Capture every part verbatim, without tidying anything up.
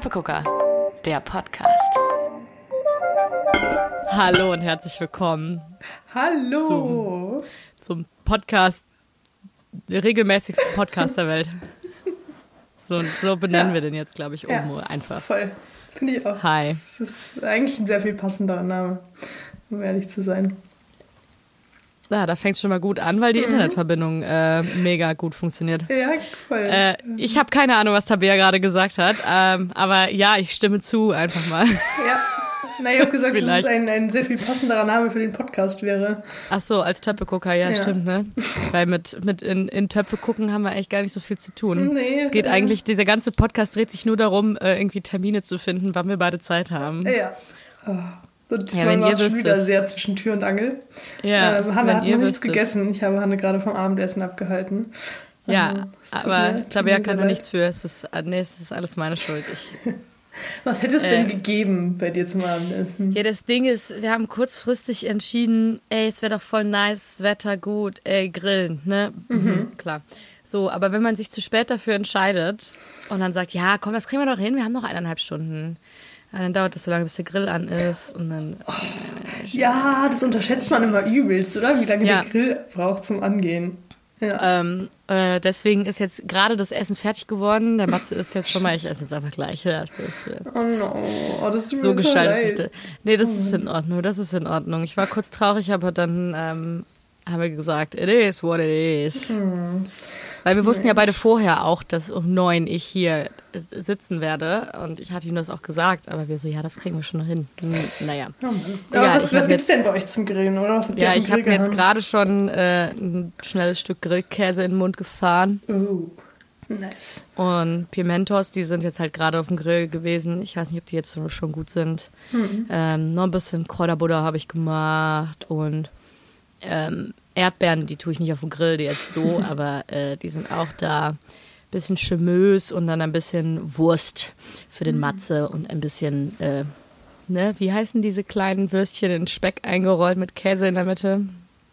Töpfegucker, der Podcast. Hallo und herzlich willkommen. Hallo. Zum, zum Podcast, der regelmäßigsten Podcast der Welt. So, so benennen Ja. wir den jetzt, glaube ich, um Ja, einfach. Voll. Finde ich auch. Hi. Das ist eigentlich ein sehr viel passender Name, um ehrlich zu sein. Ja, da fängt es schon mal gut an, weil die Mhm. Internetverbindung äh, mega gut funktioniert. Ja, voll. Äh, ich habe keine Ahnung, was Tabea gerade gesagt hat, ähm, aber ja, ich stimme zu, einfach mal. Ja. Na, ich habe gesagt, dass Vielleicht. es ein, ein sehr viel passenderer Name für den Podcast wäre. Ach so, als Töpfegucker, ja, Ja. stimmt, ne? Weil mit, mit in, in Töpfe gucken haben wir eigentlich gar nicht so viel zu tun. Nee, es geht äh, eigentlich, dieser ganze Podcast dreht sich nur darum, äh, irgendwie Termine zu finden, wann wir beide Zeit haben. Ja. Oh. Und Ja, man wenn war ihr schon wieder wüsstet. sehr zwischen Tür und Angel. Ja, ähm, Hanna wenn hat ihr noch nichts wüsstet. gegessen. Ich habe Hanna gerade vom Abendessen abgehalten. Ja, Also, es tut aber mir- tut Tabea mir kann sehr da leid. nichts für. Es ist, äh, nee, es ist alles meine Schuld. Ich, Was hätte es Äh. denn gegeben bei dir zum Abendessen? ja, das Ding ist, wir haben kurzfristig entschieden, ey, es wäre doch voll nice, Wetter gut, ey, grillen, ne? Mhm. Klar. So, aber wenn man sich zu spät dafür entscheidet und dann sagt, ja, komm, das kriegen wir doch hin, wir haben noch eineinhalb Stunden. Ja, dann dauert das so lange, bis der Grill an ist und dann... Ja, das unterschätzt man immer übelst, oder? Wie lange Ja. der Grill braucht zum Angehen. Ja. Ähm, äh, deswegen ist jetzt gerade das Essen fertig geworden. Der Matze ist jetzt schon mal, ich esse jetzt einfach gleich. Ja, das, äh, Oh no, oh, das tut mir so gestaltet sich leid. das. Nee, das ist in Ordnung, das ist in Ordnung. Ich war kurz traurig, aber dann ähm, haben wir gesagt, it is what it is. Hm. Weil wir wussten ja beide vorher auch, dass um neun ich hier sitzen werde. Und ich hatte ihm das auch gesagt, aber wir so, ja, das kriegen wir schon noch hin. Hm, naja. Oh Mann. Egal, Aber was, ich was hab gibt's jetzt- denn bei euch zum Grillen, oder? Was habt ihr Ja, auf dem ich habe Grill mir jetzt gehabt? gerade schon äh, ein schnelles Stück Grillkäse in den Mund gefahren. Oh, nice. Und Pimentos, die sind jetzt halt gerade auf dem Grill gewesen. Ich weiß nicht, ob die jetzt schon gut sind. Mhm. Ähm, noch ein bisschen Kräuterbutter habe ich gemacht und ähm, Erdbeeren, die tue ich nicht auf dem Grill, die jetzt so, aber äh, die sind auch da. Bisschen Chemös und dann ein bisschen Wurst für den Matze und ein bisschen, äh, ne, wie heißen diese kleinen Würstchen in Speck eingerollt mit Käse in der Mitte?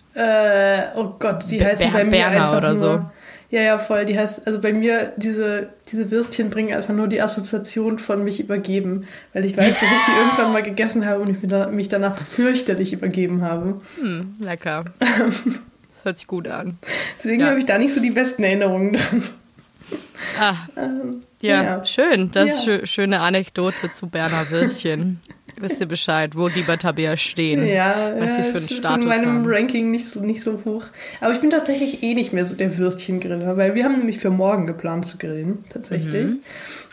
Äh, oh Gott, die Be- heißen Ber- bei mir Berner einfach oder nur, so. Ja, ja, voll. Die heißt, also bei mir, diese, diese Würstchen bringen einfach nur die Assoziation von mich übergeben. Weil ich weiß, dass ich die irgendwann mal gegessen habe und ich mich da- mich danach fürchterlich übergeben habe. Hm, lecker. Das hört sich gut an. Deswegen Ja. habe ich da nicht so die besten Erinnerungen dran. Ah, Ähm, ja, ja. schön. Das ist Ja. schö- schöne Anekdote zu Berner Würstchen. Wisst ihr Bescheid, wo die bei Tabea stehen? Ja, was sie ja, für einen es ist Status in meinem haben. Ranking nicht so, nicht so hoch. Aber ich bin tatsächlich eh nicht mehr so der Würstchengriller, weil wir haben nämlich für morgen geplant zu grillen, tatsächlich. Mhm.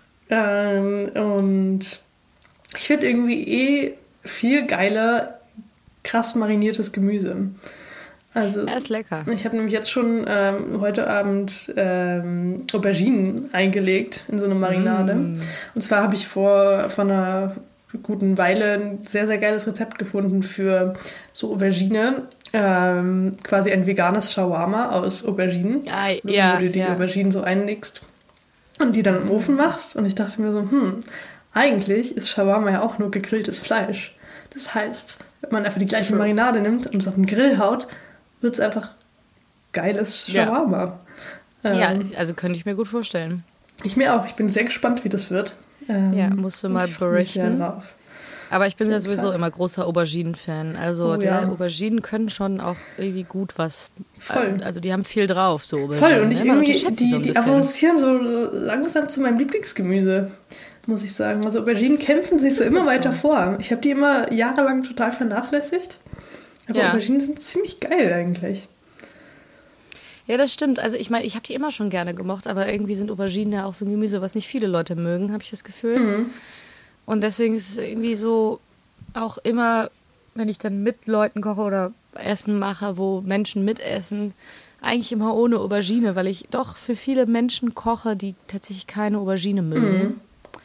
Ähm, und ich finde irgendwie eh viel geiler krass mariniertes Gemüse. Also Er ist lecker. ich habe nämlich jetzt schon ähm, heute Abend ähm, Auberginen eingelegt in so eine Marinade. Mm. Und zwar habe ich vor, vor einer guten Weile ein sehr, sehr geiles Rezept gefunden für so Aubergine. Ähm, quasi ein veganes Shawarma aus Auberginen. Ja, wo ja, du die ja. Auberginen so einlegst und die dann im Ofen machst. Und ich dachte mir so, hm, eigentlich ist Shawarma ja auch nur gegrilltes Fleisch. Das heißt, wenn man einfach die gleiche Marinade nimmt und es auf den Grill haut, wird es einfach geiles Ja. Shawarma. Ähm, Ja, also könnte ich mir gut vorstellen. Ich mir auch. Ich bin sehr gespannt, wie das wird. Ähm, Ja, musst du mal ich freu mich sehr berichten. drauf. Aber ich bin ja Auf jeden sowieso Fall. immer großer Auberginen-Fan. Also Oh, die ja. Auberginen können schon auch irgendwie gut was. Voll. Also die haben viel drauf, so Auberginen. Voll, und ich ne? Man irgendwie, unterschätzt sie die, so ein die bisschen. avancieren so langsam zu meinem Lieblingsgemüse, muss ich sagen. Also Auberginen kämpfen sich so Ist immer das weiter so? vor. Ich habe die immer jahrelang total vernachlässigt. Aber Ja. Auberginen sind ziemlich geil eigentlich. Ja, das stimmt. Also ich meine, ich habe die immer schon gerne gemocht, aber irgendwie sind Auberginen ja auch so ein Gemüse, was nicht viele Leute mögen, habe ich das Gefühl. Mhm. Und deswegen ist es irgendwie so, auch immer, wenn ich dann mit Leuten koche oder Essen mache, wo Menschen mitessen, eigentlich immer ohne Aubergine, weil ich doch für viele Menschen koche, die tatsächlich keine Aubergine mögen. Mhm.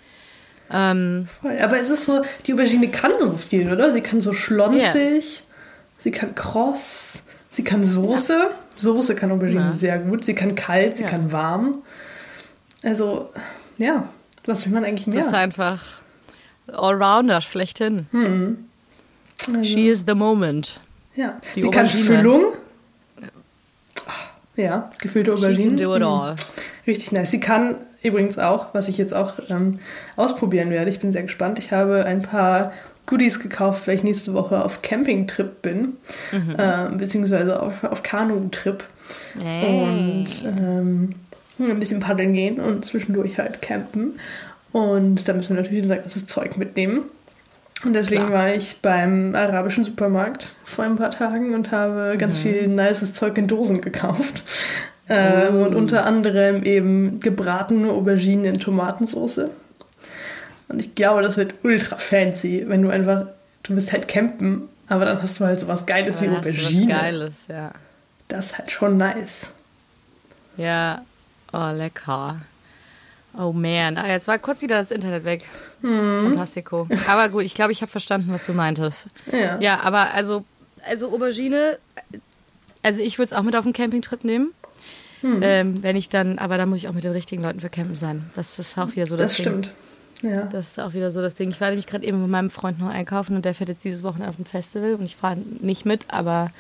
Ähm, Voll. Aber es ist so, die Aubergine kann so viel, oder? Sie kann so schlonzig, sie kann kross, sie kann Soße. Soße kann Aubergine Ja. sehr gut. Sie kann kalt, sie Ja. kann warm. Also, ja, was will man eigentlich das mehr? ist einfach Allrounder schlechthin. Also, She is the moment. ja. die Sie kann Aubergine. Füllung. Ja, gefüllte She can Auberginen. do it Mhm. all. Richtig nice. Sie kann übrigens auch, was ich jetzt auch ähm, ausprobieren werde, ich bin sehr gespannt, ich habe ein paar Goodies gekauft, weil ich nächste Woche auf Campingtrip bin, mhm. äh, beziehungsweise auf, auf Kanu-Trip. Hey. Und ähm, ein bisschen paddeln gehen und zwischendurch halt campen. Und da müssen wir natürlich unser ganzes Zeug mitnehmen. Und deswegen Klar. war ich beim arabischen Supermarkt vor ein paar Tagen und habe ganz mhm. viel nices Zeug in Dosen gekauft. Ähm, oh. Und unter anderem eben gebratene Auberginen in Tomatensauce. Und ich glaube, das wird ultra fancy, wenn du einfach, du bist halt campen, aber dann hast du halt so was Geiles aber wie Aubergine. Hast du was Geiles, ja. Das ist halt schon nice. Ja, oh, lecker. Oh man, ah, jetzt war kurz wieder das Internet weg. Hm. Fantastico. Aber gut, ich glaube, ich habe verstanden, was du meintest. Ja, ja, aber also, also Aubergine, also ich würde es auch mit auf den Campingtrip nehmen. Hm. Ähm, wenn ich dann, aber da muss ich auch mit den richtigen Leuten für campen sein. Das ist auch wieder so das, das Ding. Das stimmt. Ja. Das ist auch wieder so das Ding. Ich war nämlich gerade eben mit meinem Freund noch einkaufen und der fährt jetzt dieses Wochenende auf ein Festival und ich fahre nicht mit, aber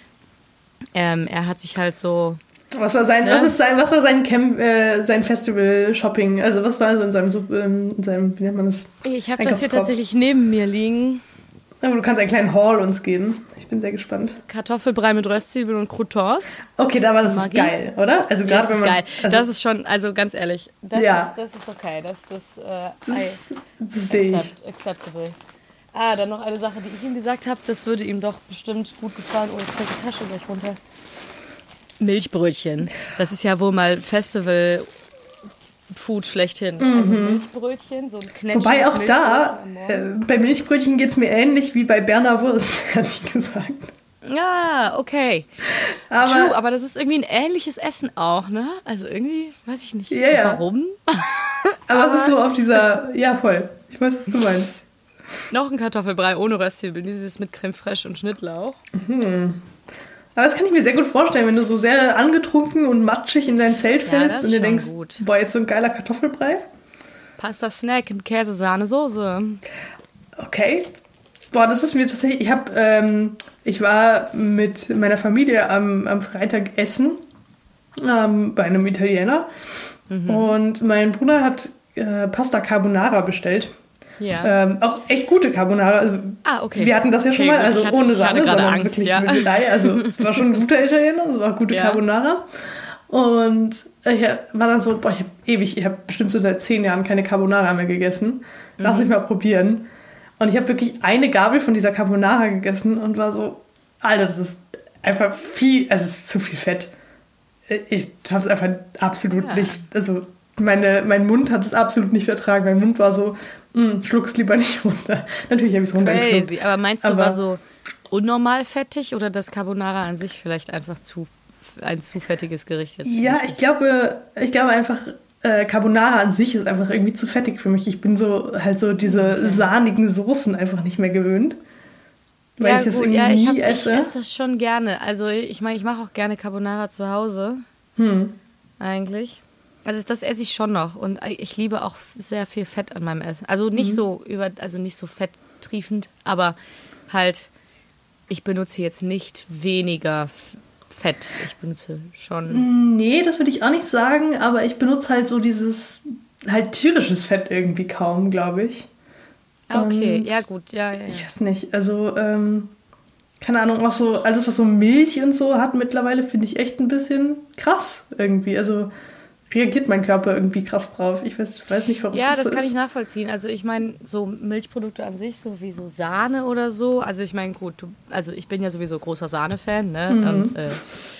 ähm, er hat sich halt so... Was war sein, ne? was ist sein, was war sein Camp, äh, sein Festival-Shopping? Also was war so in seinem, ähm, in seinem, wie nennt man das? Ich habe das hier tatsächlich neben mir liegen. Aber du kannst einen kleinen Haul uns geben. Ich bin sehr gespannt. Kartoffelbrei mit Röstzwiebeln und Croutons. Okay, da war das ist geil, oder? Also gerade ja, wenn man, geil. Also das ist schon, also ganz ehrlich, das, ja. ist, das ist okay. Das, das, äh, das, das sehe ich. Acceptable. Ah, dann noch eine Sache, die ich ihm gesagt habe, das würde ihm doch bestimmt gut gefallen. Oh, jetzt fällt die Tasche gleich runter. Milchbrötchen. Das ist ja wohl mal Festival-Food schlechthin. Mhm. Also Milchbrötchen, so ein Knätschen. Wobei auch da, äh, bei Milchbrötchen geht es mir ähnlich wie bei Berner Wurst, ehrlich gesagt. Ja, okay. Aber, True, aber das ist irgendwie ein ähnliches Essen auch, ne? Also irgendwie, weiß ich nicht, ja, ja. warum. aber, aber es ist so auf dieser, ja voll, ich weiß, was du meinst. Noch ein Kartoffelbrei ohne Röstzwiebeln, dieses mit Creme fraiche und Schnittlauch. Mhm. Aber das kann ich mir sehr gut vorstellen, wenn du so sehr angetrunken und matschig in dein Zelt fällst ja, und dir denkst, gut. boah, jetzt so ein geiler Kartoffelbrei. Pasta Snack in Käse, Sahne, Soße. Okay. Boah, das ist mir tatsächlich, ich habe, ähm, ich war mit meiner Familie am, am Freitag essen ähm, bei einem Italiener mhm. und mein Bruder hat äh, Pasta Carbonara bestellt. Ja. Ähm, auch echt gute Carbonara. Also, ah, okay. Wir hatten das ja schon okay, mal, also hatte, ohne Sahne, sondern Angst, wirklich ja. mit Ei. Also es war schon ein guter Italiener, es war auch gute ja. Carbonara. Und ich war dann so, boah, ich habe ewig, ich habe bestimmt so seit zehn Jahren keine Carbonara mehr gegessen. Lass mhm. ich mal probieren. Und ich habe wirklich eine Gabel von dieser Carbonara gegessen und war so, Alter, das ist einfach viel, also es ist zu viel Fett. Ich habe es einfach absolut ja. nicht, also meine, mein Mund hat es absolut nicht vertragen. Mein Mund war so, schluck's lieber nicht runter. Natürlich habe ich es runtergeschluckt. Crazy, aber meinst du, aber war so unnormal fettig oder das Carbonara an sich vielleicht einfach zu ein zu fettiges Gericht jetzt? Ja, ich glaube, ich glaube einfach, äh, Carbonara an sich ist einfach irgendwie zu fettig für mich. Ich bin so halt so diese okay. sahnigen Soßen einfach nicht mehr gewöhnt. Weil ja, ich es gut, irgendwie ja, ich nie hab, esse. Ich esse das schon gerne. Also ich meine, ich mache auch gerne Carbonara zu Hause. Hm. Eigentlich. Also das esse ich schon noch und ich liebe auch sehr viel Fett an meinem Essen. Also nicht mhm. so über, also nicht so fetttriefend, aber halt, ich benutze jetzt nicht weniger Fett. Ich benutze schon. Nee, das würde ich auch nicht sagen, aber ich benutze halt so dieses halt tierisches Fett irgendwie kaum, glaube ich. Okay, und ja gut, ja, ja, ja. Ich weiß nicht, also ähm, keine Ahnung, auch so alles, was so Milch und so hat mittlerweile, finde ich echt ein bisschen krass irgendwie. Also reagiert mein Körper irgendwie krass drauf. Ich weiß, ich weiß nicht, warum ja, das so ist. Ja, das kann ist. ich nachvollziehen. Also ich meine, so Milchprodukte an sich, so wie so Sahne oder so. Also ich meine, gut, du, also ich bin ja sowieso großer Sahne-Fan, ne? Mhm. Und äh,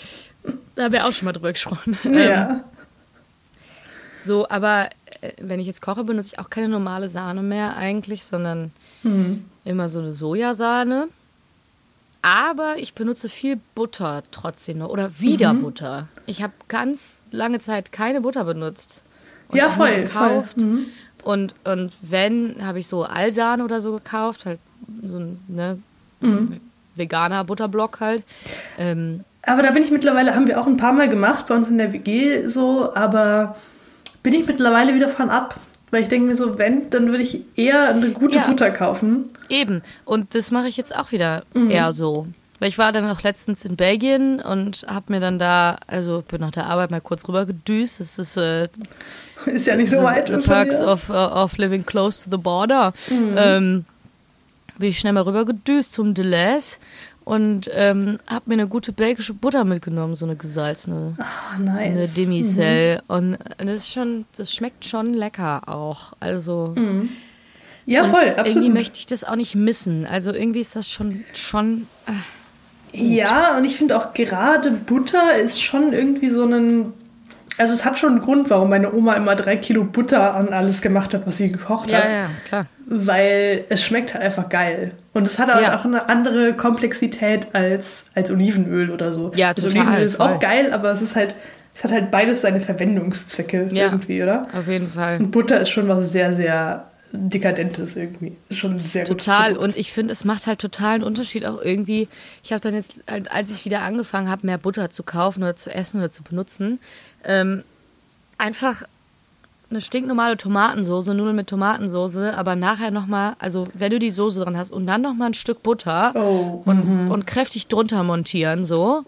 da haben wir auch schon mal drüber gesprochen. Ja. Ähm, so, aber äh, wenn ich jetzt koche, benutze ich auch keine normale Sahne mehr eigentlich, sondern mhm. immer so eine Sojasahne. Aber ich benutze viel Butter trotzdem noch. Oder wieder mhm. Butter. Ich habe ganz lange Zeit keine Butter benutzt. Und ja, voll. Gekauft. voll. Mhm. Und, und wenn, habe ich so Alsan oder so gekauft. Halt so ein ne, mhm. veganer Butterblock halt. Ähm, aber da bin ich mittlerweile, haben wir auch ein paar Mal gemacht bei uns in der W G so. Aber bin ich mittlerweile wieder von ab. Weil ich denke mir so, wenn, dann würde ich eher eine gute ja, Butter kaufen. Eben. Und das mache ich jetzt auch wieder mhm. eher so. Weil ich war dann auch letztens in Belgien und habe mir dann da, also bin nach der Arbeit mal kurz rüber gedüst. Das ist, äh, ist ja nicht so the, weit. The perks of, uh, of living close to the border. Mhm. Ähm, bin ich schnell mal rüber gedüst zum Deleuze und ähm, habe mir eine gute belgische Butter mitgenommen, so eine gesalzene, oh, nice. so eine Demi-Sel. Mhm. Und das ist schon, das schmeckt schon lecker auch. Also mhm. ja, und voll, absolut. Irgendwie möchte ich das auch nicht missen. Also irgendwie ist das schon schon. Äh, Gut. Ja, und ich finde auch gerade Butter ist schon irgendwie so ein... Also es hat schon einen Grund, warum meine Oma immer drei Kilo Butter an alles gemacht hat, was sie gekocht ja, hat. Ja, klar. Weil es schmeckt halt einfach geil. Und es hat halt ja. auch eine andere Komplexität als, als Olivenöl oder so. Ja, also total. Olivenöl ist voll. auch geil, aber es ist halt... Es hat halt beides seine Verwendungszwecke ja, irgendwie, oder? Auf jeden Fall. Und Butter ist schon was sehr, sehr... Dekadentes irgendwie. Schon sehr gut. Total. Und ich finde, es macht halt totalen Unterschied auch irgendwie. Ich habe dann jetzt, als ich wieder angefangen habe, mehr Butter zu kaufen oder zu essen oder zu benutzen, ähm, einfach eine stinknormale Tomatensoße, Nudeln mit Tomatensoße, aber nachher nochmal, also wenn du die Soße dran hast und dann nochmal ein Stück Butter oh, und, und kräftig drunter montieren, so.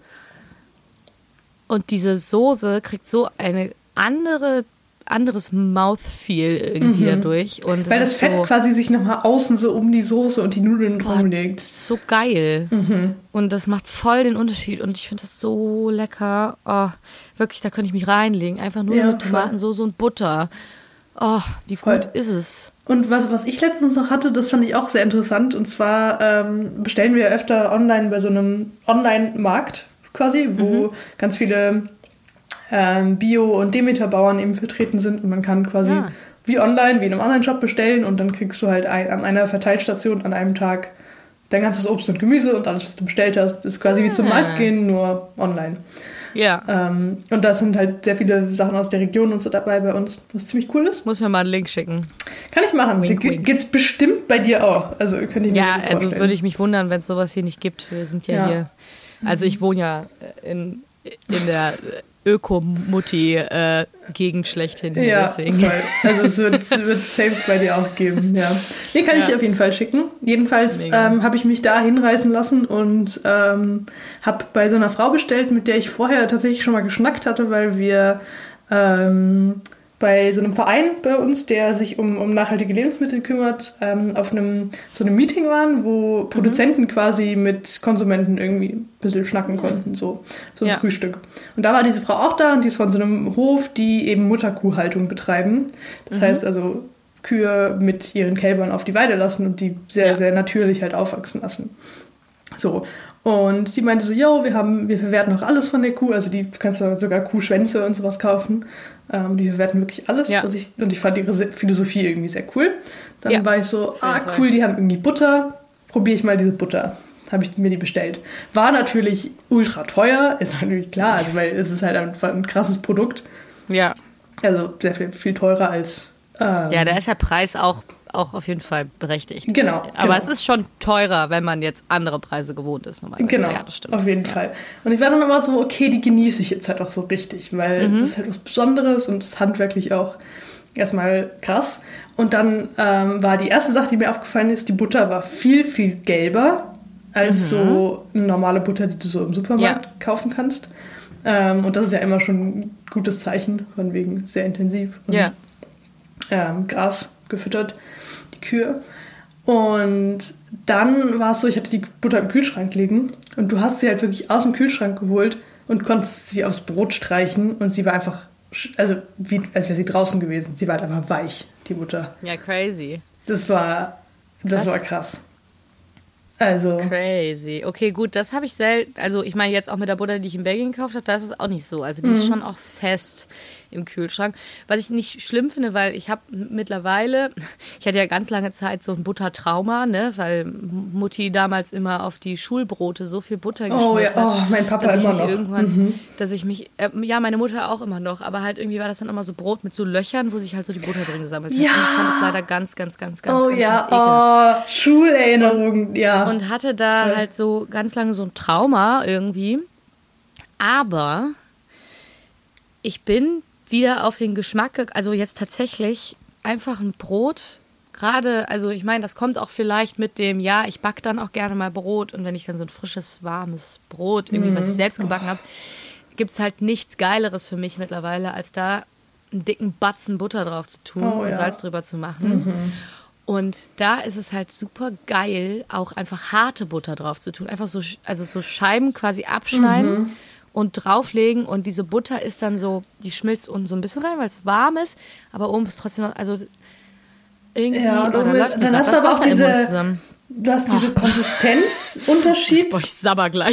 Und diese Soße kriegt so eine andere anderes Mouthfeel irgendwie mhm. dadurch. Und das weil das Fett so, quasi sich nochmal außen so um die Soße und die Nudeln rumlegt. So geil. Mhm. Und das macht voll den Unterschied. Und ich finde das so lecker. Oh, wirklich, da könnte ich mich reinlegen. Einfach nur ja, mit Tomatensoße und Butter. Oh, wie gut voll. Ist es. Und was, was ich letztens noch hatte, das fand ich auch sehr interessant. Und zwar ähm, bestellen wir öfter online bei so einem Online-Markt quasi, wo mhm. ganz viele Bio- und Demeter-Bauern eben vertreten sind und man kann quasi ja. wie online, wie in einem Online-Shop bestellen und dann kriegst du halt ein, an einer Verteilstation an einem Tag dein ganzes Obst und Gemüse und alles, was du bestellt hast, ist quasi wie zum Markt gehen, nur online. Ja. Ähm, und da sind halt sehr viele Sachen aus der Region und so dabei bei uns, was ziemlich cool ist. Muss mir mal einen Link schicken. Kann ich machen. Wink, wink. Geht's bestimmt bei dir auch. Also könnt ihr mir ja, also würde ich mich wundern, wenn es sowas hier nicht gibt. Wir sind ja, ja. hier. Also ich wohne ja in, in der Öko-Mutti-Gegend äh, schlechthin. Ja, deswegen. Voll. Also es wird, es wird safe bei dir auch geben, ja. Den kann ja. ich dir auf jeden Fall schicken. Jedenfalls ähm, habe ich mich da hinreißen lassen und ähm, habe bei so einer Frau bestellt, mit der ich vorher tatsächlich schon mal geschnackt hatte, weil wir ähm, bei so einem Verein bei uns, der sich um, um nachhaltige Lebensmittel kümmert, ähm, auf einem so einem Meeting waren, wo Produzenten mhm. quasi mit Konsumenten irgendwie ein bisschen schnacken konnten, so, so ein ja. Frühstück. Und da war diese Frau auch da und die ist von so einem Hof, die eben Mutterkuhhaltung betreiben. Das mhm. heißt also Kühe mit ihren Kälbern auf die Weide lassen und die sehr, ja. sehr natürlich halt aufwachsen lassen. So. Und die meinte so, yo, wir haben, wir verwerten auch alles von der Kuh, also die kannst du sogar Kuhschwänze und sowas kaufen. Ähm, die verwerten wirklich alles. Ja. Also ich, und ich fand ihre Philosophie irgendwie sehr cool. Dann ja, war ich so, ah cool, Fall. Die haben irgendwie Butter, probiere ich mal diese Butter. Habe ich mir die bestellt. War natürlich ultra teuer, ist natürlich klar, also weil es ist halt einfach ein krasses Produkt. Ja. Also sehr viel, viel teurer als... Ähm, ja, da ist der Preis auch auch auf jeden Fall berechtigt. Genau. Aber genau. es ist schon teurer, wenn man jetzt andere Preise gewohnt ist. Normalerweise. Genau, ja, das stimmt. Auf jeden ja. Fall. Und ich war dann immer so, okay, die genieße ich jetzt halt auch so richtig, weil mhm. das ist halt was Besonderes und das ist handwerklich auch erstmal krass. Und dann ähm, war die erste Sache, die mir aufgefallen ist, die Butter war viel, viel gelber als mhm. so eine normale Butter, die du so im Supermarkt ja. kaufen kannst. Ähm, und das ist ja immer schon ein gutes Zeichen, von wegen sehr intensiv. Und, ja. ähm, Gras gefüttert, die Kühe. Und dann war es so, ich hatte die Butter im Kühlschrank liegen und du hast sie halt wirklich aus dem Kühlschrank geholt und konntest sie aufs Brot streichen und sie war einfach, also wie, als wäre sie draußen gewesen. Sie war halt einfach weich, die Butter. Ja, crazy. Das war, das war krass. Also. Crazy. Okay, gut, das habe ich selten, also ich meine jetzt auch mit der Butter, die ich in Belgien gekauft habe, da ist es auch nicht so. Also die mhm. ist schon auch fest im Kühlschrank. Was ich nicht schlimm finde, weil ich habe mittlerweile, ich hatte ja ganz lange Zeit so ein Buttertrauma, ne, weil Mutti damals immer auf die Schulbrote so viel Butter geschmiert oh, ja. hat. Oh, mein Papa dass ich immer mich noch. Irgendwann, mhm. dass ich mich, äh, ja, meine Mutter auch immer noch, aber halt irgendwie war das dann immer so Brot mit so Löchern, wo sich halt so die Butter drin gesammelt hat. Ja. Und ich fand das leider ganz, ganz, ganz, ganz, oh, ganz, ja. ganz ekelhaft. Oh, Schulerinnerungen, ja. Und hatte da ja. halt so ganz lange so ein Trauma irgendwie. Aber ich bin wieder auf den Geschmack, also jetzt tatsächlich einfach ein Brot gerade, also ich meine, das kommt auch vielleicht mit dem, ja, ich backe dann auch gerne mal Brot und wenn ich dann so ein frisches, warmes Brot, irgendwie, was ich selbst gebacken habe, gibt es halt nichts Geileres für mich mittlerweile, als da einen dicken Batzen Butter drauf zu tun Oh, und ja. Salz drüber zu machen. Mhm. Und da ist es halt super geil, auch einfach harte Butter drauf zu tun. Einfach so, also so Scheiben quasi abschneiden Mhm. und drauflegen. Und diese Butter ist dann so, die schmilzt unten so ein bisschen rein, weil es warm ist. Aber oben ist trotzdem noch, also irgendwie, Ja, und oh, da irgendwie- läuft mir dann grad hast das du aber auch Wasser im Mund diese- zusammen. Du hast diese Konsistenzunterschied. Boah, ich sabber gleich.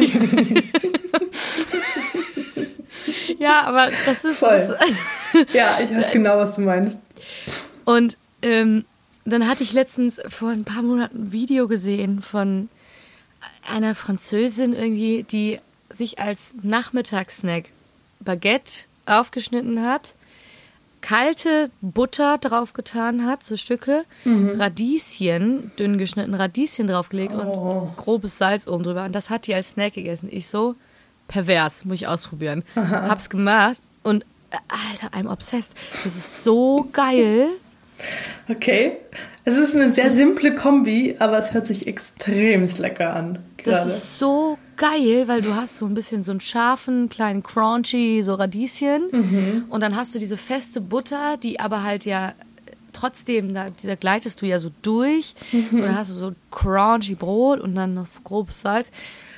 Ja, aber das ist... Voll. Ja, ich weiß genau, was du meinst. Und ähm, dann hatte ich letztens vor ein paar Monaten ein Video gesehen von einer Französin irgendwie, die sich als Nachmittagssnack Baguette aufgeschnitten hat, kalte Butter draufgetan hat, so Stücke, Radieschen, dünn geschnitten Radieschen draufgelegt Oh. und grobes Salz oben drüber. Und das hat die als Snack gegessen. Ich so, pervers, muss ich ausprobieren. Hab's gemacht und äh, Alter, I'm obsessed. Das ist so geil. Okay. Es ist eine sehr Das- simple Kombi, aber es hört sich extrem lecker an. Das Gerade. ist so geil, weil du hast so ein bisschen so einen scharfen, kleinen Crunchy, so Radieschen. Und dann hast du diese feste Butter, die aber halt ja trotzdem, da, da gleitest du ja so durch. Und dann hast du so Crunchy Brot und dann noch so grobes Salz.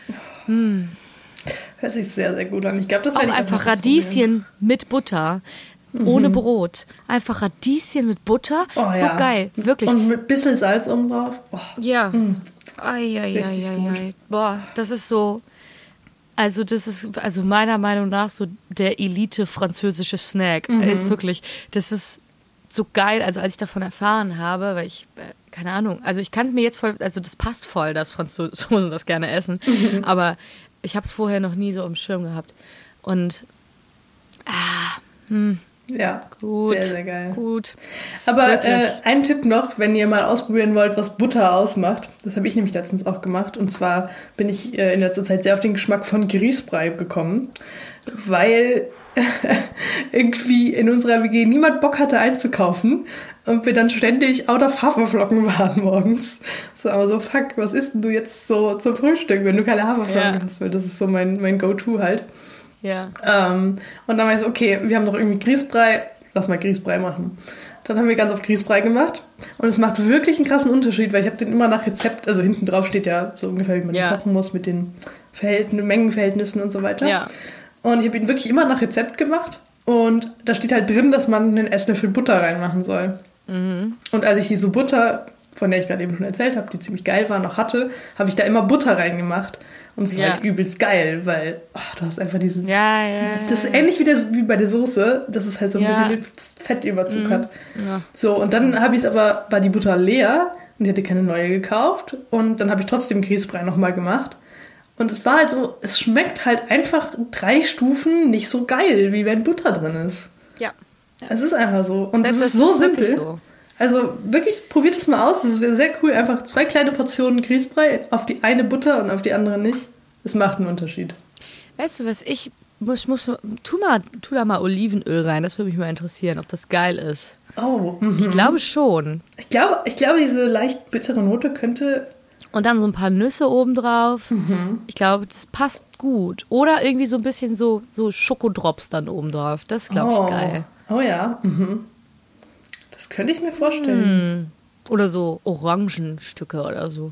Hört sich sehr, sehr gut an. Ich glaube, das Auch werde ich einfach mal probieren. Radieschen mit Butter. Ohne Brot. Einfach Radieschen mit Butter. Oh, so ja. geil, wirklich. Und mit bisschen Salz oben drauf. Oh. Ja. Ei, ei, Richtig ei, gut. ei, ei. Boah, das ist so. Also, das ist also meiner Meinung nach so der Elite-französische Snack. Mhm. Äh, wirklich. Das ist so geil. Also, als ich davon erfahren habe, weil ich, äh, keine Ahnung, also ich kann es mir jetzt voll, also das passt voll, dass Franzosen das gerne essen. Mhm. Aber ich habe es vorher noch nie so im Schirm gehabt. Und, ah, hm, Ja, gut. sehr, sehr geil. Gut. Aber Wirklich. äh, ein Tipp noch, wenn ihr mal ausprobieren wollt, was Butter ausmacht. Das habe ich nämlich letztens auch gemacht. Und zwar bin ich äh, in letzter Zeit sehr auf den Geschmack von Grießbrei gekommen, weil irgendwie in unserer W G niemand Bock hatte einzukaufen und wir dann ständig out of Haferflocken waren morgens. So, aber so, fuck, was isst denn du jetzt so zum Frühstück, wenn du keine Haferflocken Ja. hast? Weil das ist so mein, mein Go-To halt. Ja. Ähm, und dann war ich so, okay, wir haben doch irgendwie Grießbrei, lass mal Grießbrei machen. Dann haben wir ganz oft Grießbrei gemacht und es macht wirklich einen krassen Unterschied, weil ich habe den immer nach Rezept, also hinten drauf steht ja so ungefähr, wie man Ja. den kochen muss mit den Verhältn- Mengenverhältnissen und so weiter. Ja. Und ich habe ihn wirklich immer nach Rezept gemacht und da steht halt drin, dass man einen Esslöffel Butter reinmachen soll. Mhm. Und als ich diese Butter, von der ich gerade eben schon erzählt habe, die ziemlich geil war, noch hatte, habe ich da immer Butter reingemacht. Und es war Ja. halt übelst geil, weil ach, du hast einfach dieses... Ja, ja, ja. Das ist ähnlich wie, der, wie bei der Soße, dass es halt so ein Ja. bisschen Fettüberzug hat. Ja. So, und dann habe ich es aber, war die Butter leer und ich hatte keine neue gekauft. Und dann habe ich trotzdem Grießbrei nochmal gemacht. Und es war halt so, es schmeckt halt einfach drei Stufen nicht so geil, wie wenn Butter drin ist. Ja. Es ist einfach so. Und Das, es ist das so ist wirklich simpel. so. Also wirklich, probiert es mal aus. Es wäre sehr cool. Einfach zwei kleine Portionen Grießbrei auf die eine Butter und auf die andere nicht. Es macht einen Unterschied. Weißt du was, ich muss, muss tu, mal, tu da mal Olivenöl rein, das würde mich mal interessieren, ob das geil ist. Oh, mhm. Ich glaube schon. Ich glaube, ich glaube, diese leicht bittere Note könnte... Und dann so ein paar Nüsse obendrauf. Mhm. Ich glaube, das passt gut. Oder irgendwie so ein bisschen so, so Schokodrops dann obendrauf. Das ist, glaube ich, oh. geil. Oh ja. Mhm. Das könnte ich mir vorstellen. Oder so Orangenstücke oder so.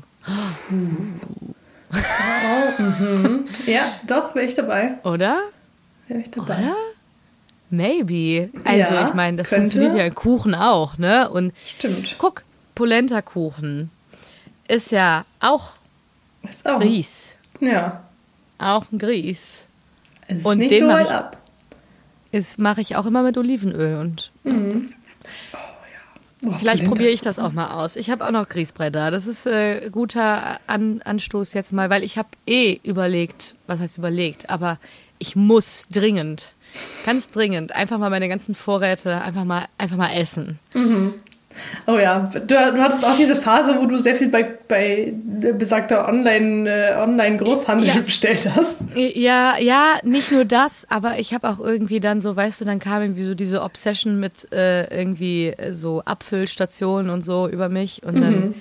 Oh, mhm. Ja, doch, wäre ich dabei. Oder? Wäre ich dabei. Oder? Maybe. Also Ja, ich meine, das könnte. funktioniert ja in Kuchen auch, ne? Und Stimmt. guck, Polenta-Kuchen ist ja auch Ist auch. Grieß. Ja. Auch ein Grieß. Es ist Und nicht den so mach weit ich- ab. Das mache ich auch immer mit Olivenöl. Und Mhm. Oh, vielleicht Polenta. probiere ich das auch mal aus. Ich habe auch noch Grießbrei da. Das ist äh, guter An Anstoß jetzt mal, weil ich habe eh überlegt, was heißt überlegt, aber ich muss dringend, ganz dringend, einfach mal meine ganzen Vorräte einfach mal, einfach mal essen. Oh ja, du, du hattest auch diese Phase, wo du sehr viel bei, bei besagter Online, äh, Online-Großhandel Ja. bestellt hast. Ja, ja, nicht nur das, aber ich habe auch irgendwie dann so, weißt du, dann kam irgendwie so diese Obsession mit äh, irgendwie äh, so Abfüllstationen und so über mich und dann, Mhm.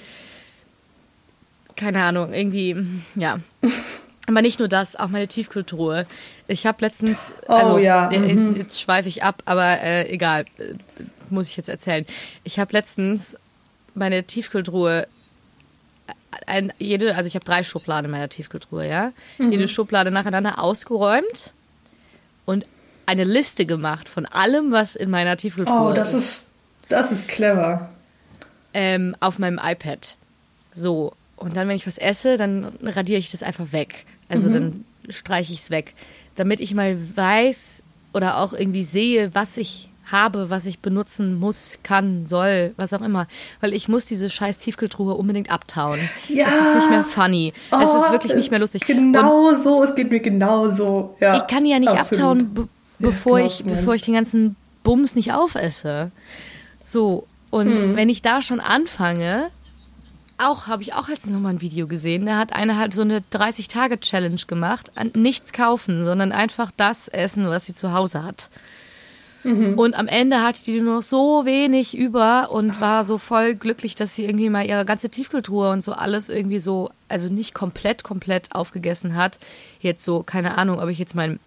keine Ahnung, irgendwie, ja. Aber nicht nur das, auch meine Tiefkühltruhe. Ich habe letztens, Oh also ja, äh, mhm. jetzt schweife ich ab, aber äh, egal, äh, muss ich jetzt erzählen. Ich habe letztens meine Tiefkühltruhe, ein, jede, also ich habe drei Schubladen in meiner Tiefkühltruhe, ja. Mhm. Jede Schublade nacheinander ausgeräumt und eine Liste gemacht von allem, was in meiner Tiefkühltruhe Oh, das ist, das ist clever. ähm, auf meinem iPad. So. Und dann, wenn ich was esse, dann radiere ich das einfach weg. Also Mhm. dann streiche ich es weg. Damit ich mal weiß oder auch irgendwie sehe, was ich habe, was ich benutzen muss, kann, soll, was auch immer. Weil ich muss diese scheiß Tiefkühltruhe unbedingt abtauen. Ja. Es ist nicht mehr funny. es Oh, ist wirklich nicht mehr lustig. Und Genau so, es geht mir genau so. Ja, ich kann die ja nicht absolut. abtauen, be Ja, bevor, genau, ich, was du bevor ich den ganzen Bums nicht aufesse. So, und Hm. wenn ich da schon anfange, auch habe ich auch letztens nochmal ein Video gesehen, da hat einer halt so eine dreißig-Tage-Challenge gemacht, an nichts kaufen, sondern einfach das essen, was sie zu Hause hat. Mhm. Und am Ende hatte die nur noch so wenig über und war so voll glücklich, dass sie irgendwie mal ihre ganze Tiefkühltruhe und so alles irgendwie so, also nicht komplett, komplett aufgegessen hat. Jetzt so, keine Ahnung, ob ich jetzt mein,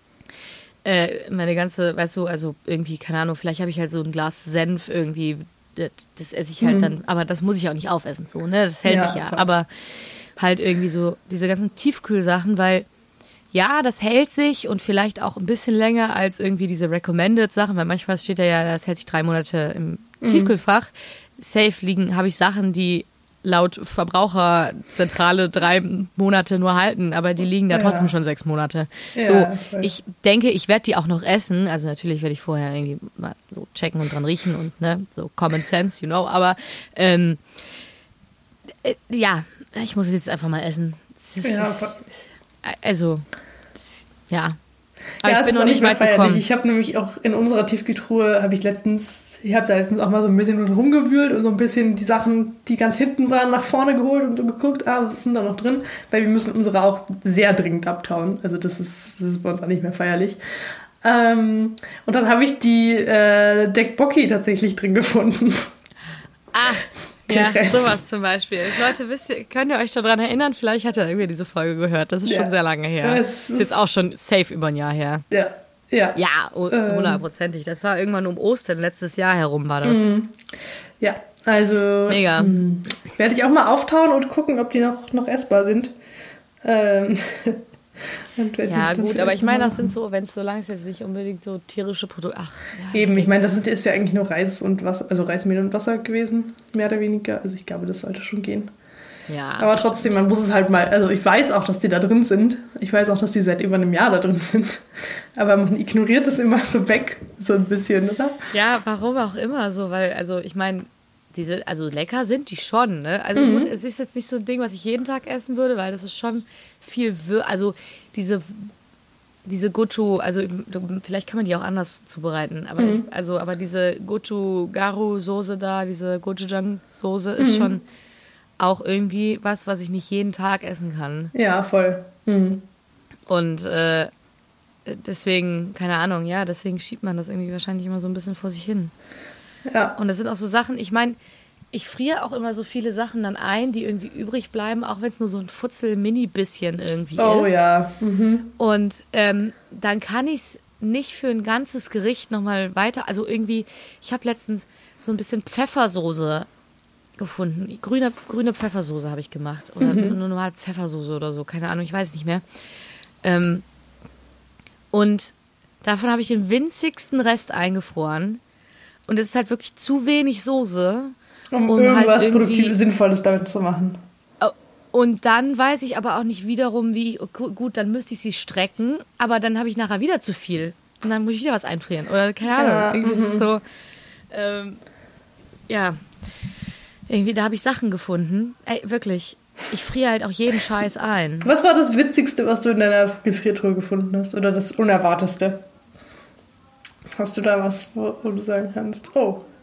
äh, meine ganze, weißt du, also irgendwie, keine Ahnung, vielleicht habe ich halt so ein Glas Senf irgendwie, das, das esse ich halt Mhm. dann, aber das muss ich auch nicht aufessen, so, ne, das hält Ja, sich ja. voll. Aber halt irgendwie so diese ganzen Tiefkühlsachen, weil ja, das hält sich und vielleicht auch ein bisschen länger als irgendwie diese Recommended Sachen, weil manchmal steht da ja, das hält sich drei Monate im Tiefkühlfach. Safe liegen, habe ich Sachen, die laut Verbraucherzentrale drei Monate nur halten, aber die liegen da Ja. trotzdem schon sechs Monate. Ja, so, voll. ich denke, ich werde die auch noch essen. Also natürlich werde ich vorher irgendwie mal so checken und dran riechen und ne, so Common Sense, you know, aber ähm, äh, ja, ich muss es jetzt einfach mal essen. Es ist, Ja, es- voll. also, ja. Aber Ja, ich es bin ist noch auch nicht mehr weit feierlich. gekommen. Ich habe nämlich auch in unserer Tiefkühltruhe, habe ich letztens, ich habe da letztens auch mal so ein bisschen drin rumgewühlt und so ein bisschen die Sachen, die ganz hinten waren, nach vorne geholt und so geguckt, ah, was ist denn da noch drin? Weil wir müssen unsere auch sehr dringend abtauen. Also das ist, das ist bei uns auch nicht mehr feierlich. Ähm, und dann habe ich die äh, Dekbokki tatsächlich drin gefunden. Ah, Der ja, Rest. sowas zum Beispiel. Leute, wisst ihr, könnt ihr euch daran erinnern? Vielleicht hat er irgendwie diese Folge gehört. Das ist Ja. schon sehr lange her. Es ist jetzt auch schon safe über ein Jahr her. Ja, ja. Ja, hu- Ähm. hundertprozentig. Das war irgendwann um Ostern, letztes Jahr herum war das. Ja, also Mega. mh, werde ich auch mal auftauen und gucken, ob die noch, noch essbar sind. Ähm, und werd Ja, mich dann gut, vielleicht aber ich noch meine, mal das sind so, wenn es so langsam jetzt nicht unbedingt so tierische Produkte. Ach, ja, Eben, ich meine, das ist, ist ja eigentlich nur Reis und Wasser, also Reismehl und Wasser gewesen, mehr oder weniger. Also ich glaube, das sollte schon gehen. ja. Aber trotzdem, man muss es halt mal, also ich weiß auch, dass die da drin sind. Ich weiß auch, dass die seit über einem Jahr da drin sind. Aber man ignoriert es immer so weg, so ein bisschen, oder? Ja, warum auch immer so, weil, also ich meine, diese, also lecker sind die schon, ne? Also Mhm. gut, es ist jetzt nicht so ein Ding, was ich jeden Tag essen würde, weil das ist schon viel, Wir also diese, diese Gochu, also vielleicht kann man die auch anders zubereiten, aber Mhm. ich, also, aber diese Gochu-Garu-Soße da, diese Gochujang-Soße ist schon auch irgendwie was, was ich nicht jeden Tag essen kann. Ja, voll. Mhm. Und äh, deswegen, keine Ahnung, ja, deswegen schiebt man das irgendwie wahrscheinlich immer so ein bisschen vor sich hin. Ja. Und das sind auch so Sachen, ich meine, ich friere auch immer so viele Sachen dann ein, die irgendwie übrig bleiben, auch wenn es nur so ein Futzel-Mini-bisschen irgendwie Oh ist. ja. Mhm. Und ähm, dann kann ich es nicht für ein ganzes Gericht nochmal weiter, also irgendwie, ich habe letztens so ein bisschen Pfeffersoße gefunden. Grüne, grüne Pfeffersoße habe ich gemacht. Oder Mhm. nur normal Pfeffersoße oder so, keine Ahnung, ich weiß es nicht mehr. Ähm, und davon habe ich den winzigsten Rest eingefroren. Und es ist halt wirklich zu wenig Soße. Um, Um halt irgendwas irgendwie- Produktives, Sinnvolles damit zu machen. Und dann weiß ich aber auch nicht wiederum, wie, gut, dann müsste ich sie strecken, aber dann habe ich nachher wieder zu viel. Und dann muss ich wieder was einfrieren. Oder keine Ahnung. Ja, irgendwie ist es mhm. so, ähm, ja, irgendwie, da habe ich Sachen gefunden. Ey, wirklich, ich friere halt auch jeden Scheiß ein. Was war das Witzigste, was du in deiner Gefriertruhe gefunden hast? Oder das Unerwartetste? Hast du da was, wo, wo du sagen kannst, oh,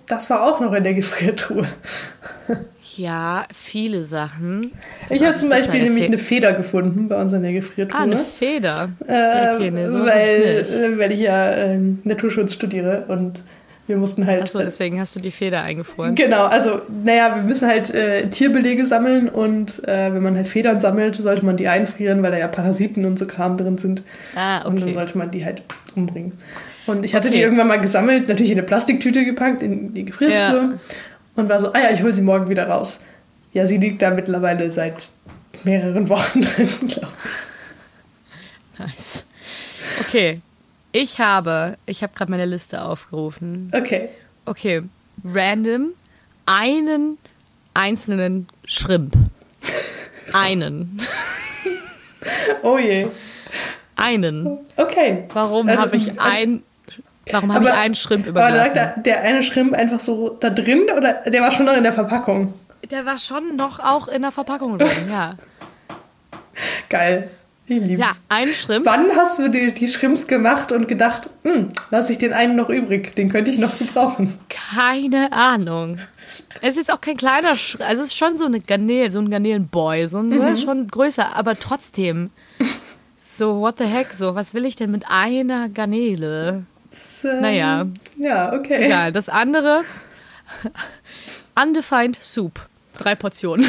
das war auch noch in der Gefriertruhe. Ja, viele Sachen. Das Ich habe zum Beispiel nämlich erzählt. eine Feder gefunden bei uns in der Gefriertruhe. Ah, eine Feder. Äh, okay, nee, sowas weil, hab ich nicht. äh, weil ich ja äh, Naturschutz studiere und wir mussten halt... Achso, deswegen hast du die Feder eingefroren. Genau, also naja, wir müssen halt äh, Tierbelege sammeln und äh, wenn man halt Federn sammelt, sollte man die einfrieren, weil da ja Parasiten und so Kram drin sind. Ah, okay. Und dann sollte man die halt umbringen. Und ich hatte Okay. die irgendwann mal gesammelt, natürlich in eine Plastiktüte gepackt, in die Gefriertruhe Ja. und war so, ah ja, ich hole sie morgen wieder raus. Ja, sie liegt da mittlerweile seit mehreren Wochen drin, glaube ich. Nice. Okay, ich habe, ich habe gerade meine Liste aufgerufen. Okay. Okay, random, einen einzelnen Shrimp. Einen. Oh je. Einen. Okay. Warum Also, habe ich also- ein, warum habe ich einen Shrimp Aber lag übergelassen? da der eine Shrimp einfach so da drin oder der war schon noch in der Verpackung? Der war schon noch auch in der Verpackung drin, ja. Geil. Ich lieb's. Ja, ein Shrimp. Wann hast du die, die Shrimps gemacht und gedacht, hm, lasse ich den einen noch übrig, den könnte ich noch gebrauchen? Keine Ahnung. Es ist jetzt auch kein kleiner Shrimp, also es ist schon so eine Garnele, so ein Garnelenboy, so ein, ne, schon größer, aber trotzdem. So, what the heck, so, was will ich denn mit einer Garnele? Das, ähm, Naja. Ja, okay. Egal, das andere, Undefined Soup, drei Portionen.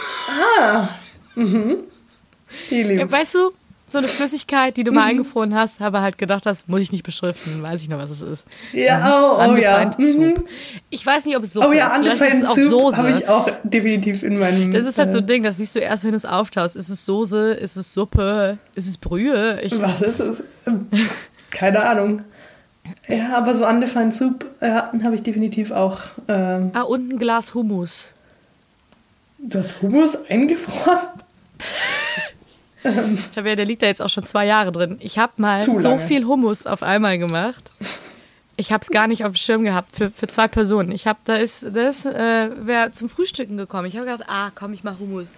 Ich lieb's. Weißt du, so eine Flüssigkeit, die du mal eingefroren hast, aber halt gedacht hast, muss ich nicht beschriften, weiß ich noch, was es ist. Ja, oh, oh ja. Undefined Soup. Mhm. Ich weiß nicht, ob es Suppe Oh ja, ist, vielleicht ist Undefined es auch Soup Soße. habe ich auch definitiv in meinem... Das ist halt so ein äh, Ding, das siehst du erst, wenn du es auftaust. Ist es Soße? Ist es Suppe? Ist es Brühe? Ich, Was ist es? Ähm, Keine Ahnung. Ja, aber so Undefined Soup ja, habe ich definitiv auch. Ähm, ah, und ein Glas Hummus. du hast Hummus eingefroren? Ich habe ja, der liegt da jetzt auch schon zwei Jahre drin. Ich habe mal Zu so lange. viel Hummus auf einmal gemacht. Ich habe es gar nicht auf dem Schirm gehabt für, für zwei Personen. Ich habe, da ist, da ist äh, wer zum Frühstücken gekommen. Ich habe gedacht, ah, komm, ich mach Hummus.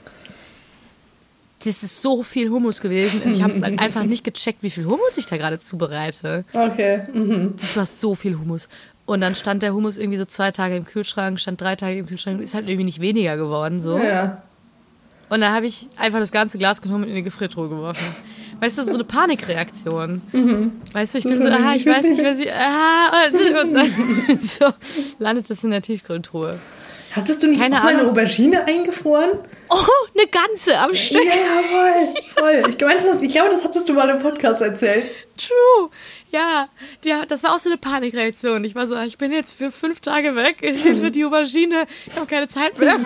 Das ist so viel Hummus gewesen. Und ich habe es halt einfach nicht gecheckt, wie viel Hummus ich da gerade zubereite. Okay. Mhm. Das war so viel Hummus. Und dann stand der Hummus irgendwie so zwei Tage im Kühlschrank, stand drei Tage im Kühlschrank, ist halt irgendwie nicht weniger geworden so. Ja. Und dann habe ich einfach das ganze Glas genommen und in die Gefriertruhe geworfen. Weißt du, so eine Panikreaktion. Weißt du, ich bin so, ah, ich weiß nicht, was ich, ah, und, und dann so landet das in der Tiefkühltruhe. Hattest du nicht Keine auch mal eine Ahnung. Aubergine eingefroren? Oh, eine ganze am Stück. Ja, voll, voll. Ich, meinte, das, ich glaube, das hattest du mal im Podcast erzählt. True. Ja, die, das war auch so eine Panikreaktion. Ich war so, ich bin jetzt für fünf Tage weg für die Aubergine. Ich habe keine Zeit mehr.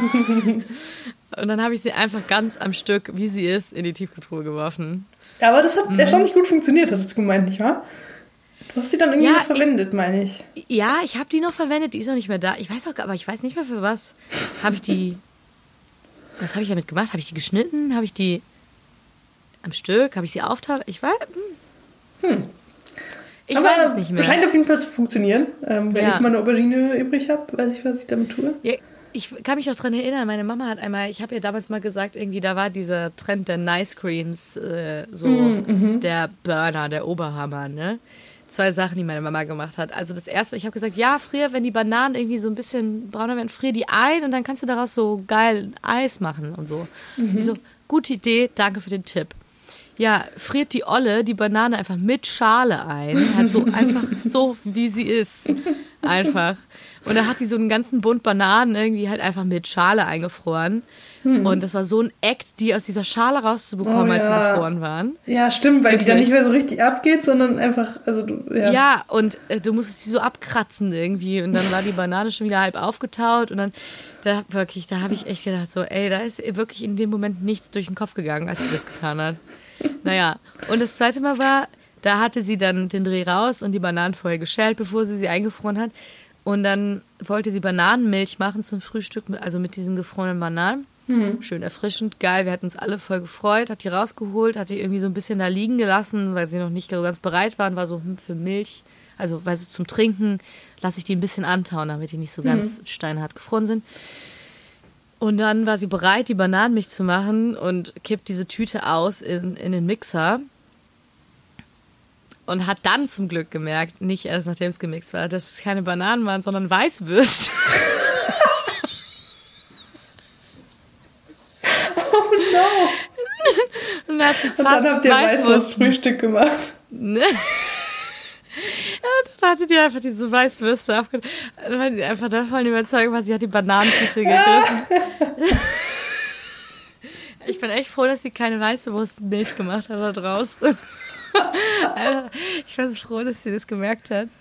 Und dann habe ich sie einfach ganz am Stück, wie sie ist, in die Tiefkühltruhe geworfen. Ja, aber das hat Mhm. erstaunlich gut funktioniert, hattest du gemeint, nicht wahr? Du hast sie dann irgendwie Ja, noch verwendet, meine ich. Ja, ich habe die noch verwendet, die ist noch nicht mehr da. Ich weiß auch, aber ich weiß nicht mehr für was. Habe ich die, was habe ich damit gemacht? Habe ich die geschnitten? Habe ich die am Stück? Habe ich sie auftaut? Ich weiß, hm. Ich aber weiß es nicht mehr. Scheint auf jeden Fall zu funktionieren. Ähm, wenn Ja. ich mal eine Aubergine übrig habe, weiß ich, was ich damit tue. Ja, ich kann mich auch daran erinnern, meine Mama hat einmal, ich habe ihr damals mal gesagt, irgendwie, da war dieser Trend der Nice Creams, äh, so der Burner, der Oberhammer, ne? Zwei Sachen, die meine Mama gemacht hat. Also das erste, ich habe gesagt, ja, frier, wenn die Bananen irgendwie so ein bisschen brauner werden, frier die ein und dann kannst du daraus so geil Eis machen und so. Ich so, gute Idee, danke für den Tipp. Ja, friert die Olle die Banane einfach mit Schale ein. Halt so einfach so, wie sie ist. Einfach. Und da hat die so einen ganzen Bund Bananen irgendwie halt einfach mit Schale eingefroren. Und das war so ein Act, die aus dieser Schale rauszubekommen, Oh, als sie ja. gefroren waren. Ja, stimmt, weil die dann Wirklich. nicht mehr so richtig abgeht, sondern einfach, also du, ja. Ja, und äh, du musstest sie so abkratzen irgendwie. Und dann war die Banane schon wieder halb aufgetaut. Und dann, da wirklich, da habe ich echt gedacht, so, ey, da ist ihr wirklich in dem Moment nichts durch den Kopf gegangen, als sie das getan hat. Naja, und das zweite Mal war, da hatte sie dann den Dreh raus und die Bananen vorher geschält, bevor sie sie eingefroren hat. Und dann wollte sie Bananenmilch machen zum Frühstück, also mit diesen gefrorenen Bananen. Schön erfrischend, geil, wir hatten uns alle voll gefreut, hat die rausgeholt, hat die irgendwie so ein bisschen da liegen gelassen, weil sie noch nicht so ganz bereit waren, war so hm, für Milch, also weil so zum Trinken lasse ich die ein bisschen antauen, damit die nicht so ganz steinhart gefroren sind. Und dann war sie bereit, die Bananenmilch zu machen und kippt diese Tüte aus in, in den Mixer. Und hat dann zum Glück gemerkt, nicht erst nachdem es gemixt war, dass es keine Bananen waren, sondern Weißwürste. Oh no. Und dann hat sie fast Und dann habt ihr Weißwurstfrühstück gemacht. Ne? Ja, dann hatte die einfach diese Weißwürste aufgenommen. Dann war sie einfach davon überzeugt, weil sie hat die Bananentüte gegriffen. Ich bin echt froh, dass sie keine weiße Wurstmilch gemacht hat da draußen. Alter, ich bin so froh, dass sie das gemerkt hat.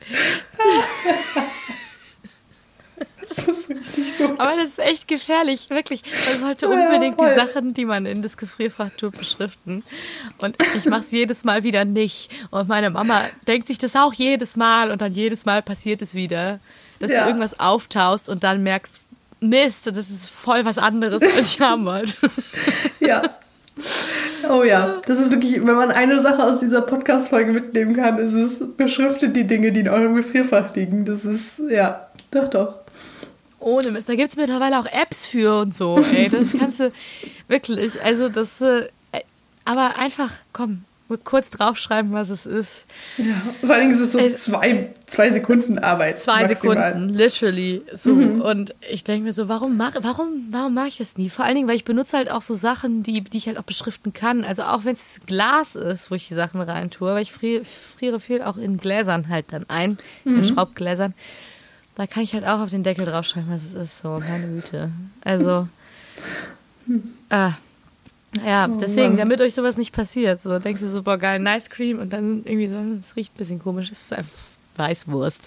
Das ist richtig gut. Aber das ist echt gefährlich, wirklich. Man sollte unbedingt ja, die Sachen, die man in das Gefrierfach tut, beschriften. Und ich mache es jedes Mal wieder nicht. Und meine Mama denkt sich das auch jedes Mal und dann jedes Mal passiert es wieder, dass ja. du irgendwas auftauchst und dann merkst, Mist, das ist voll was anderes, als ich haben wollte. Ja. Oh ja, das ist wirklich, wenn man eine Sache aus dieser Podcast-Folge mitnehmen kann, ist es, beschriftet die Dinge, die in eurem Gefrierfach liegen. Das ist, ja, doch, doch. Ohne Mist. Da gibt es mittlerweile auch Apps für und so, ey. Das kannst du wirklich, also das, äh, aber einfach, komm, kurz draufschreiben, was es ist. Ja, vor allem ist es so äh, zwei, zwei Sekunden Arbeit. Zwei maximal. Sekunden, literally. So. Mhm. Und ich denke mir so, warum mache warum, warum mach ich das nie? Vor allen Dingen, weil ich benutze halt auch so Sachen, die, die ich halt auch beschriften kann. Also auch wenn es Glas ist, wo ich die Sachen rein tue, weil ich friere, friere viel auch in Gläsern halt dann ein, mhm. in Schraubgläsern. Da kann ich halt auch auf den Deckel draufschreiben, was es ist. So, meine Güte. Also, äh, ja, oh, deswegen, Mann. damit euch sowas nicht passiert. So, denkst du so, boah, geil, Nice Cream und dann irgendwie so, es riecht ein bisschen komisch, es ist einfach Weißwurst.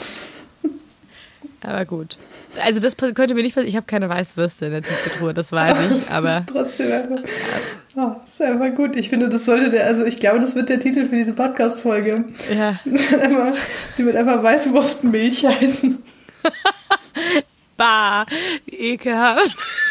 Aber gut. Also das könnte mir nicht passieren, ich habe keine Weißwürste in der Tiefkühltruhe, das weiß ich, aber... Das ist trotzdem einfach, oh, das ist einfach gut. Ich finde, das sollte der, also ich glaube, das wird der Titel für diese Podcast-Folge. Ja. Das wird einfach, die wird einfach Weißwurstenmilch heißen. Bah, wie ekelhaft.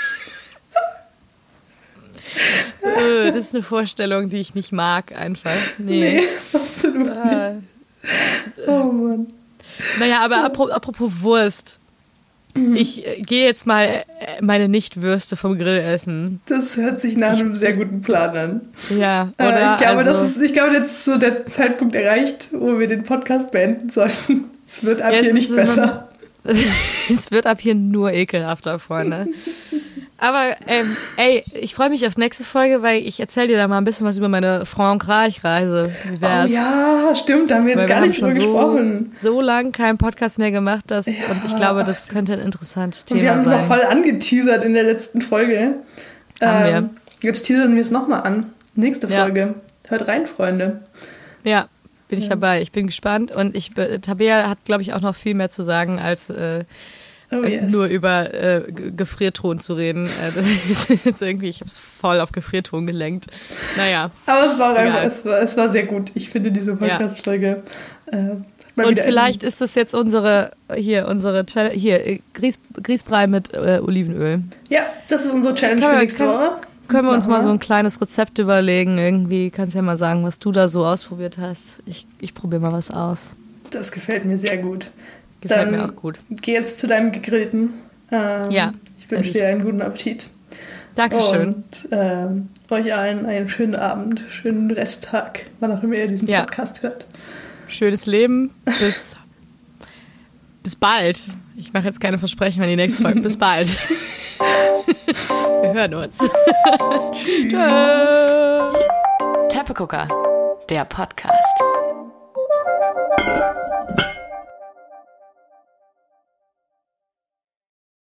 äh, das ist eine Vorstellung, die ich nicht mag, einfach. Nee, nee absolut äh, nicht. Oh Mann. Naja, aber apropos, apropos Wurst. Mhm. Ich äh, gehe jetzt mal äh, meine Nicht-Würste vom Grill essen. Das hört sich nach einem sehr guten Plan an. Ja, Äh, oder? ich, glaube, also, das ist, ich glaube, jetzt ist so der Zeitpunkt erreicht, wo wir den Podcast beenden sollten. Es wird ab ja, hier es nicht ist, besser. Es wird ab hier nur ekelhafter, Freunde. Aber ähm, ey, ich freue mich auf nächste Folge, weil ich erzähle dir da mal ein bisschen was über meine Frankreich-Reise. Wie wär's? Oh ja, stimmt, da haben wir jetzt Weil gar wir nicht haben drüber schon gesprochen. So, so lange keinen Podcast mehr gemacht, dass, Ja, und ich glaube, das könnte ein interessantes und Thema wir haben es sein. noch voll angeteasert in der letzten Folge. Haben ähm, wir. Jetzt teasern wir es nochmal an. Nächste Ja. Folge. Hört rein, Freunde. Ja, bin ich Ja. dabei. Ich bin gespannt und ich Tabea hat, glaube ich, auch noch viel mehr zu sagen als äh, Oh yes. nur über äh, G- Gefriertruhen zu reden. Äh, das ist jetzt irgendwie, ich habe es voll auf Gefriertruhen gelenkt. Naja. Aber es war, Egal. einfach, es, war, es war sehr gut. Ich finde diese Podcast-Folge. Äh, mal Und wieder vielleicht ist das jetzt unsere, hier, unsere, Challenge- hier, äh, Grieß, Grießbrei mit äh, Olivenöl. Ja, das ist unsere Challenge Können für wir- nächste können- Woche. Können wir uns Machen mal so wir. ein kleines Rezept überlegen? Irgendwie kannst du ja mal sagen, was du da so ausprobiert hast. Ich, ich probiere mal was aus. Das gefällt mir sehr gut. Gefällt Dann mir auch gut. Geh jetzt zu deinem Gegrillten. Ähm, Ja, Ich wünsche ich. dir einen guten Appetit. Dankeschön. Und ähm, euch allen einen schönen Abend, schönen Resttag, wann auch immer ihr diesen Ja. Podcast hört. Schönes Leben. Bis, bis bald. Ich mache jetzt keine Versprechen an die nächste Folge. Bis bald. Wir hören uns. Tschüss. Teppegucker, der Podcast.